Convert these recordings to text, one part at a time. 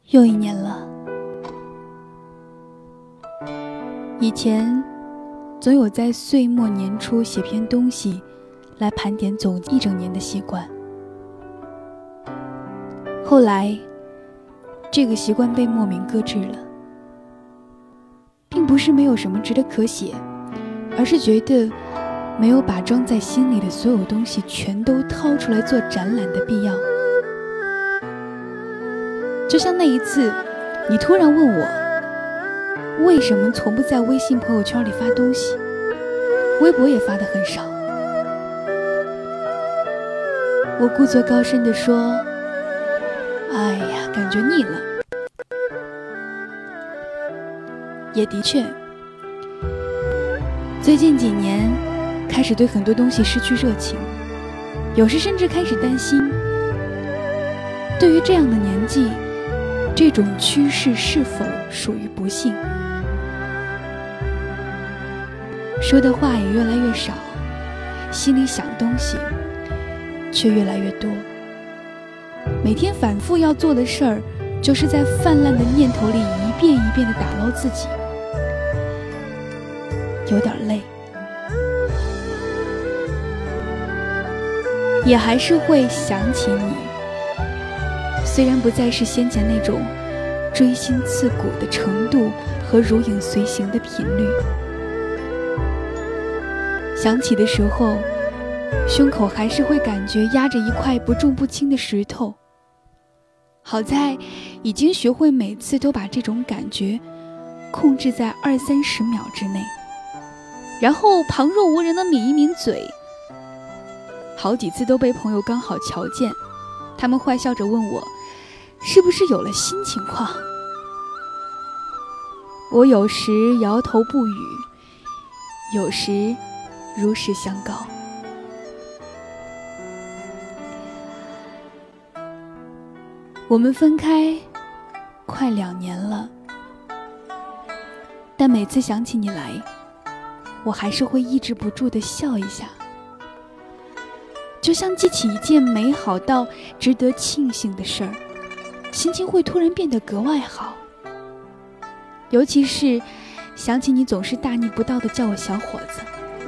又一年了，以前总有在岁末年初写篇东西来盘点总一整年的习惯，后来这个习惯被莫名搁置了，并不是没有什么值得可写，而是觉得没有把装在心里的所有东西全都掏出来做展览的必要。就像那一次你突然问我为什么从不在微信朋友圈里发东西，微博也发得很少，我故作高深地说，哎呀，感觉腻了。也的确，最近几年开始对很多东西失去热情，有时甚至开始担心，对于这样的年纪，这种趋势是否属于不幸？说的话也越来越少，心里想东西却越来越多。每天反复要做的事儿，就是在泛滥的念头里一遍一遍地打捞自己，有点累。也还是会想起你，虽然不再是先前那种锥心刺骨的程度和如影随形的频率，想起的时候，胸口还是会感觉压着一块不重不轻的石头。好在已经学会每次都把这种感觉控制在20-30秒之内，然后旁若无人的抿一抿嘴。好几次都被朋友刚好瞧见，他们坏笑着问我是不是有了新情况。我有时摇头不语，有时如实相告。我们分开快2年了，但每次想起你来，我还是会抑制不住地笑一下，就像记起一件美好到值得庆幸的事儿，心情会突然变得格外好。尤其是想起你总是大逆不道地叫我小伙子。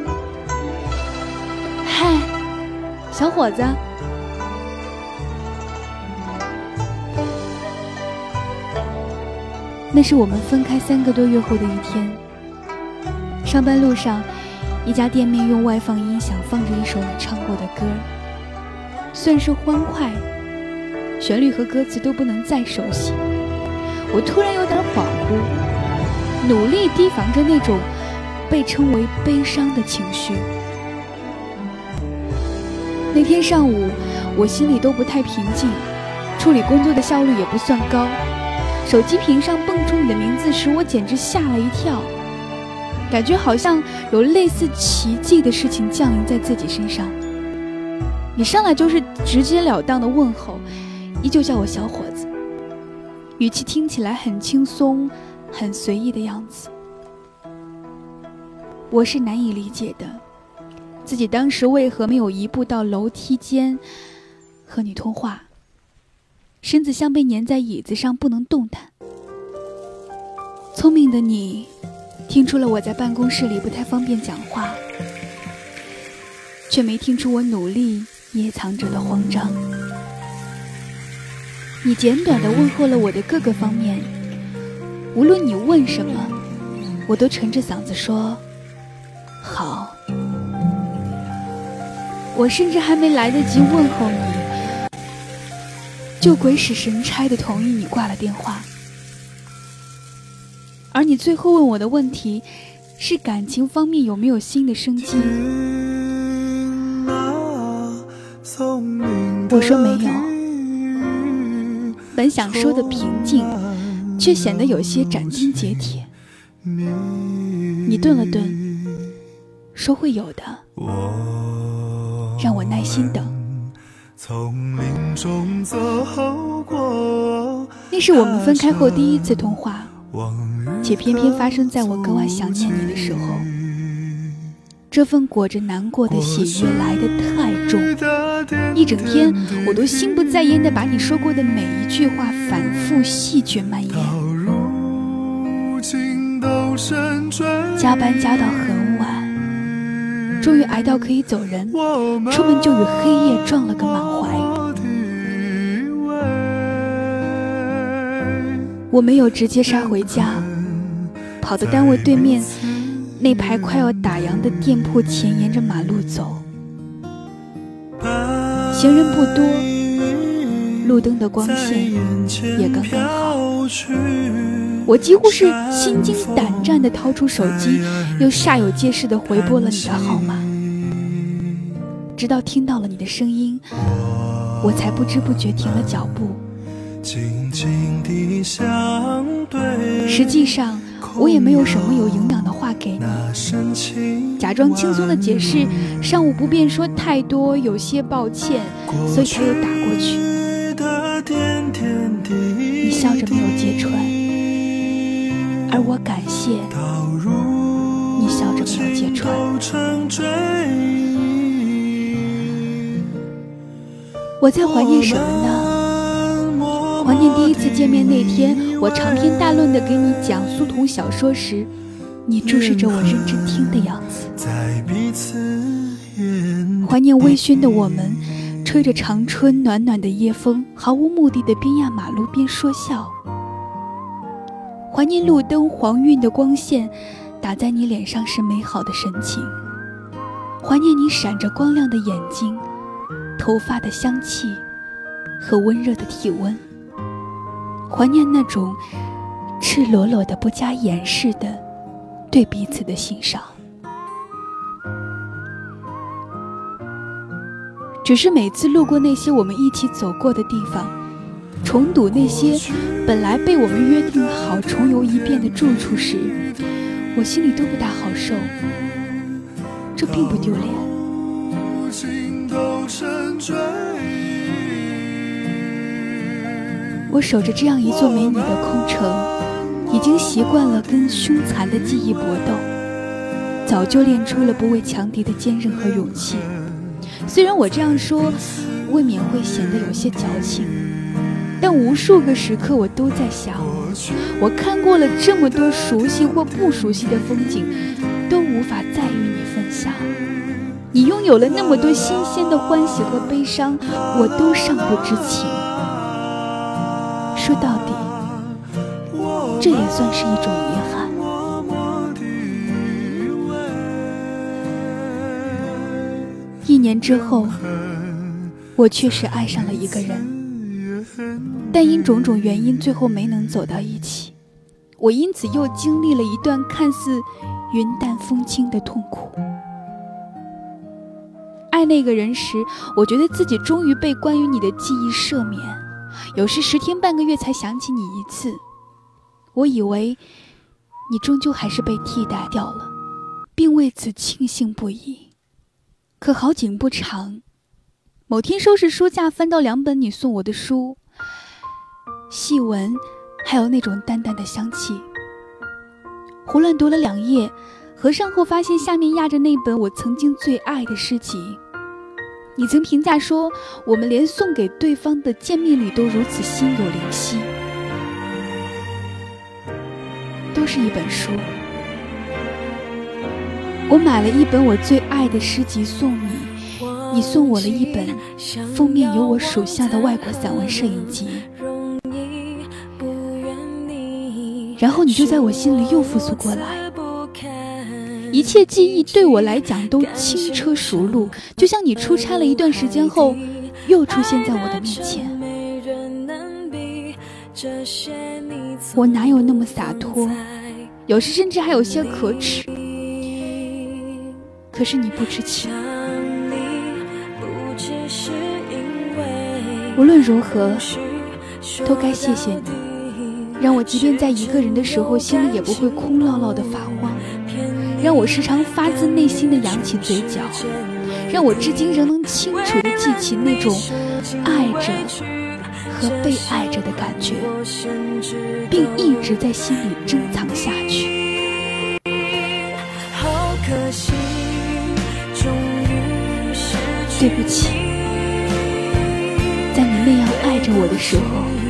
嗨，小伙子。那是我们分开3个多月后的一天，上班路上，一家店面用外放音响放着一首你唱过的歌，虽然是欢快，旋律和歌词都不能再熟悉。我突然有点恍惚，努力提防着那种被称为悲伤的情绪。那天上午我心里都不太平静，处理工作的效率也不算高，手机屏上蹦出你的名字时，我简直吓了一跳，感觉好像有类似奇迹的事情降临在自己身上。你上来就是直截了当的问候，依旧叫我小伙子，语气听起来很轻松很随意的样子。我是难以理解的，自己当时为何没有一步到楼梯间和你通话，身子像被粘在椅子上不能动弹。聪明的你听出了我在办公室里不太方便讲话，却没听出我努力掖藏着的慌张。你简短地问候了我的各个方面，无论你问什么，我都沉着嗓子说好。我甚至还没来得及问候你，就鬼使神差地同意你挂了电话。而你最后问我的问题是感情方面有没有新的生机，我说没有。本想说的平静，却显得有些斩钉截铁。你顿了顿，说会有的，让我耐心等。那是我们分开后第一次通话，且偏偏发生在我格外想念你的时候。 这份裹着难过的喜悦来得太重，一整天我都心不在焉地把你说过的每一句话反复细嚼慢咽。加班加到很晚，终于挨到可以走人，出门就与黑夜撞了个满怀。我没有直接杀回家，跑到单位对面那排快要打烊的店铺前，沿着马路走。行人不多，路灯的光线也刚刚好。我几乎是心惊胆战地掏出手机，又煞有介事地回拨了你的号码，直到听到了你的声音，我才不知不觉停了脚步。实际上我也没有什么有营养的话给你，假装轻松的解释上午不便说太多，有些抱歉，所以才又打过去。你笑着没有揭穿，而我感谢你笑着没有揭穿。我在怀念什么呢？怀念第一次见面那天，我长篇大论地给你讲苏童小说时，你注视着我认真听的样子。怀念微醺的我们，吹着长春暖暖的夜风，毫无目的地边压马路边说笑。怀念路灯黄晕的光线打在你脸上时美好的神情，怀念你闪着光亮的眼睛，头发的香气和温热的体温，怀念那种赤裸裸的不加掩饰的对彼此的欣赏。只是每次路过那些我们一起走过的地方，重睹那些本来被我们约定好重游一遍的住处时，我心里都不大好受。这并不丢脸。我守着这样一座没你的空城，已经习惯了跟凶残的记忆搏斗，早就练出了不畏强敌的坚韧和勇气。虽然我这样说未免会显得有些矫情，但无数个时刻我都在想，我看过了这么多熟悉或不熟悉的风景，都无法再与你分享。你拥有了那么多新鲜的欢喜和悲伤，我都尚不知情。说到底，这也算是一种遗憾。1年之后，我确实爱上了一个人，但因种种原因最后没能走到一起。我因此又经历了一段看似云淡风轻的痛苦。爱那个人时，我觉得自己终于被关于你的记忆赦免，有时10天半个月才想起你一次。我以为你终究还是被替代掉了，并为此庆幸不已。可好景不长，某天收拾书架，翻到2本你送我的书，细文还有那种淡淡的香气。胡乱读了2页，合上后发现下面压着那本我曾经最爱的诗集。你曾评价说，我们连送给对方的见面礼都如此心有灵犀。都是一本书，我买了一本我最爱的诗集送你，你送我了一本封面有我属下的外国散文摄影集。然后你就在我心里又复苏过来，一切记忆对我来讲都轻车熟路，就像你出差了一段时间后又出现在我的面前。我哪有那么洒脱，有时甚至还有些可耻。可是你不知情。无论如何都该谢谢你，让我即便在一个人的时候心里也不会空落落的发慌，让我时常发自内心的扬起嘴角，让我至今仍能清楚地记起那种爱着和被爱着的感觉，并一直在心里珍藏下去。 好可惜， 对不起，在你那样爱着我的时候，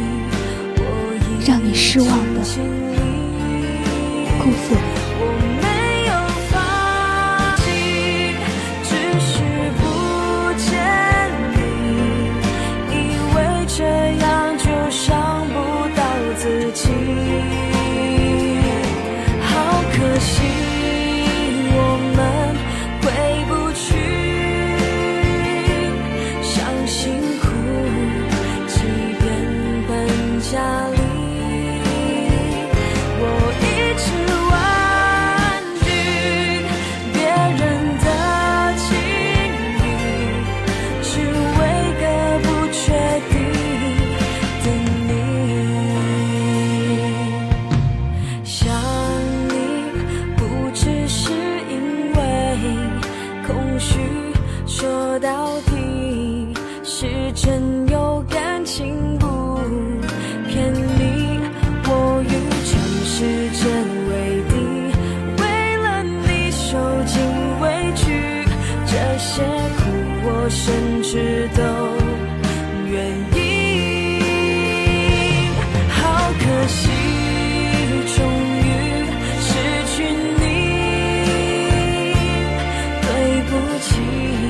让你失望的辜负了你。 说到底是真有感情，不骗你，我与全世界为敌，为了你受尽委屈，这些苦我甚至都愿意。好可惜，终于失去你，对不起，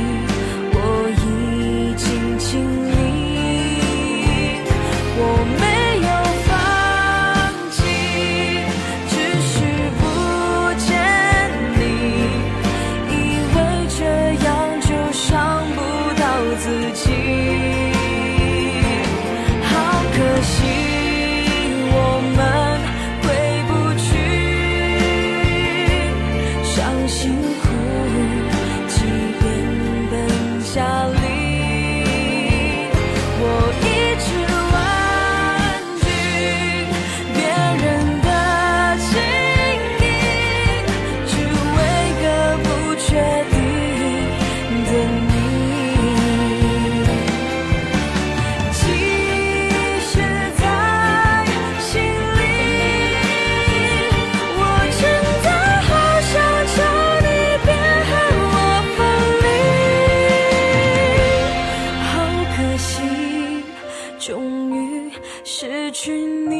终于失去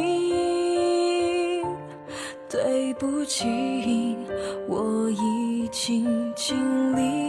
你，对不起，我已经尽力。